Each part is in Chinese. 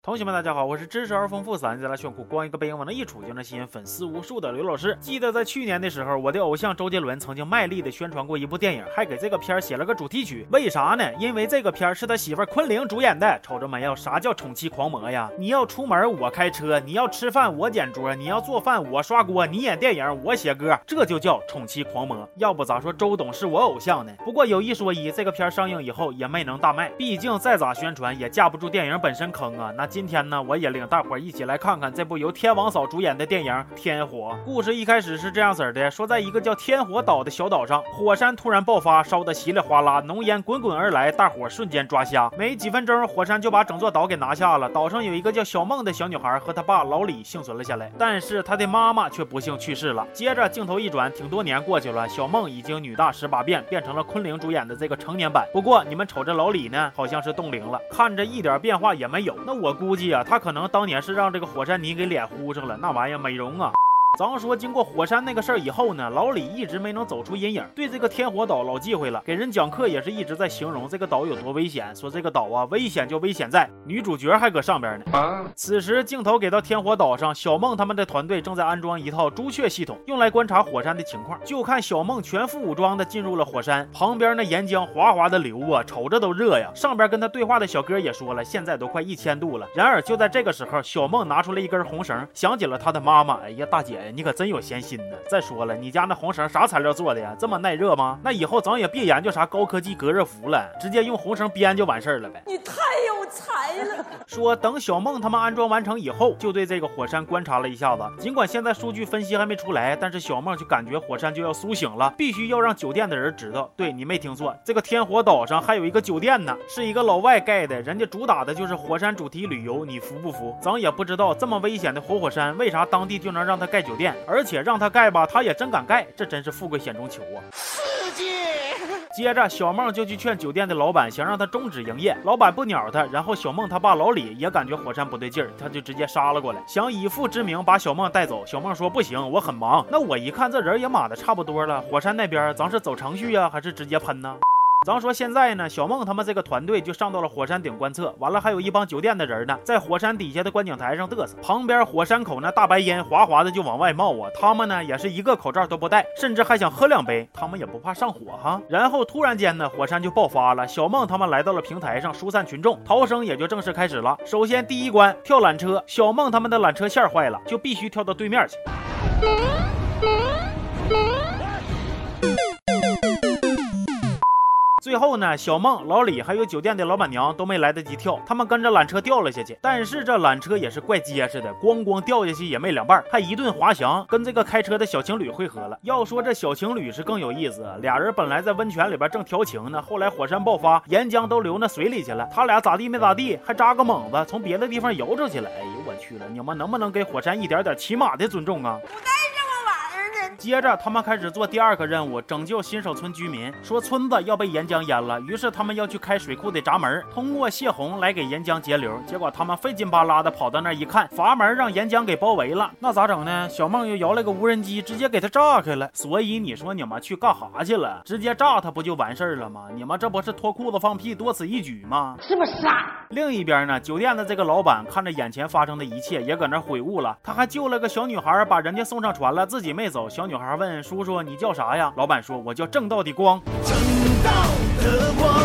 同学们，大家好，我是知识而丰富、散字来炫酷、光一个背影往那一杵就能吸引粉丝无数的刘老师。记得在去年的时候，我的偶像周杰伦曾经卖力的宣传过一部电影，还给这个片写了个主题曲。为啥呢？因为这个片是他媳妇昆凌主演的。瞅着没有，啥叫宠妻狂魔呀？你要出门我开车，你要吃饭我捡桌，你要做饭我刷锅，你演电影我写歌，这就叫宠妻狂魔。要不咋说周董是我偶像呢？不过有一说一，这个片上映以后也没能大卖，毕竟再咋宣传也架不住电影本身坑啊。那今天呢，我也领大伙一起来看看这部由天王嫂主演的电影《天火》。故事一开始是这样子的，说在一个叫天火岛的小岛上，火山突然爆发，烧得稀里哗啦，浓烟滚滚而来，大伙瞬间抓瞎。没几分钟，火山就把整座岛给拿下了。岛上有一个叫小梦的小女孩和她爸老李幸存了下来，但是她的妈妈却不幸去世了。接着镜头一转，挺多年过去了，小梦已经女大18变，变成了昆凌主演的这个成年版。不过你们瞅着老李呢，好像是冻龄了，看着一点变化也没有。那我估计啊，他可能当年是让这个火山泥给脸糊上了，那玩意儿美容啊。咱说经过火山那个事儿以后呢，老李一直没能走出阴影，对这个天火岛老忌讳了。给人讲课也是一直在形容这个岛有多危险，说这个岛啊危险就危险在女主角还搁上边呢。此时镜头给到天火岛上，小梦他们的团队正在安装一套朱雀系统，用来观察火山的情况。就看小梦全副武装的进入了火山，旁边那岩浆哗哗的流啊，瞅着都热呀。上边跟他对话的小哥也说了，现在都快1000度了。然而就在这个时候，小梦拿出了一根红绳，想起了他的妈妈。哎呀，大姐，你可真有闲心呢。再说了，你家那红绳啥材料做的呀？这么耐热吗？那以后咱也别研究啥高科技隔热服了，直接用红绳编就完事儿了呗。 你太有才了。 说等小梦他们安装完成以后，就对这个火山观察了一下子。尽管现在数据分析还没出来，但是小梦就感觉火山就要苏醒了，必须要让酒店的人知道。对，你没听错，这个天火岛上还有一个酒店呢，是一个老外盖的，人家主打的就是火山主题旅游，你服不服？咱也不知道这么危险的活火山，为啥当地就能让他盖酒店？而且让他盖吧，他也真敢盖，这真是富贵险中求啊！ 刺激。 接着小梦就去劝酒店的老板，想让他终止营业，老板不鸟他。然后小梦他爸老李也感觉火山不对劲儿，他就直接杀了过来，想以父之名把小梦带走。小梦说不行，我很忙。那我一看这人也码的差不多了，火山那边咱是走程序呀，还是直接喷呢？咱说现在呢，小梦他们这个团队就上到了火山顶观测，完了还有一帮酒店的人呢，在火山底下的观景台上嘚瑟，旁边火山口那大白烟哗哗的就往外冒啊，他们呢也是一个口罩都不戴，甚至还想喝2杯，他们也不怕上火哈。然后突然间呢，火山就爆发了，小梦他们来到了平台上疏散群众，逃生也就正式开始了。首先第一关跳缆车，小梦他们的缆车线坏了，就必须跳到对面去。最后呢，小梦、老李还有酒店的老板娘都没来得及跳，他们跟着缆车掉了下去。但是这缆车也是怪结实的，咣掉下去也没2半，还一顿滑翔，跟这个开车的小情侣汇合了。要说这小情侣是更有意思，俩人本来在温泉里边正调情呢，后来火山爆发，岩浆都流那水里去了，他俩咋地没咋地，还扎个猛子从别的地方游出去了。哎呦我去了，你们能不能给火山一点起码的尊重啊？接着他们开始做第2个任务，拯救新手村居民，说村子要被岩浆淹了，于是他们要去开水库的闸门，通过泄洪来给岩浆截流。结果他们费劲巴拉的跑到那儿一看，阀门让岩浆给包围了，那咋整呢？小梦又摇了个无人机，直接给他炸开了。所以你说你们去干哈去了？直接炸他不就完事儿了吗？你们这不是脱裤子放屁，多此一举吗？ 是不是啊？ 另一边呢，酒店的这个老板看着眼前发生的一切，也搁那悔悟了。他还救了个小女孩，把人家送上船了，自己没走。小女孩问叔叔你叫啥呀？老板说我叫正道的光。正道的光。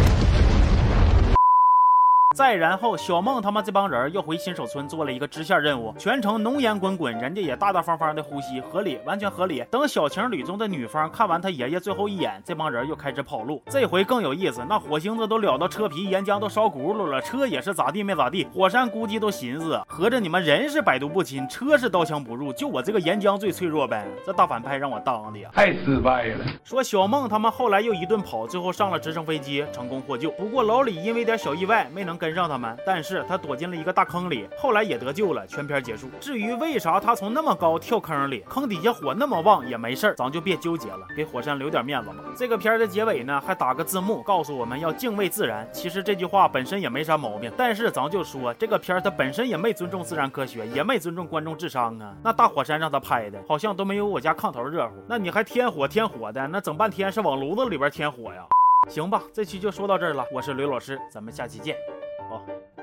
再然后小梦他们这帮人又回新手村做了一个支线任务，全程浓烟滚滚，人家也大大方方的呼吸，合理，完全合理。等小情侣中的女方看完他爷爷最后一眼，这帮人又开始跑路。这回更有意思，那火星子都燎到车皮，岩浆都烧轱辘了，车也是咋地没咋地。火山估计都寻思，合着你们人是百毒不侵，车是刀枪不入，就我这个岩浆最脆弱呗。这大反派让我当的呀， 太失败了。 说小梦他们后来又一顿跑，最后上了直升飞机，成功获救。不过老李因为点小意外没能跟上他们，但是他躲进了一个大坑里，后来也得救了，全片结束。至于为啥他从那么高跳坑里，坑底下火那么旺也没事，咱就别纠结了，给火山留点面子吧。这个片的结尾呢，还打个字幕告诉我们要敬畏自然。其实这句话本身也没啥毛病，但是咱就说这个片它本身也没尊重自然科学，也没尊重观众智商啊。那大火山让他拍的，好像都没有我家炕头热乎，那你还天火的，那整半天是往炉子里边添火呀。行吧，这期就说到这儿了，我是刘老师，咱们下期见。好。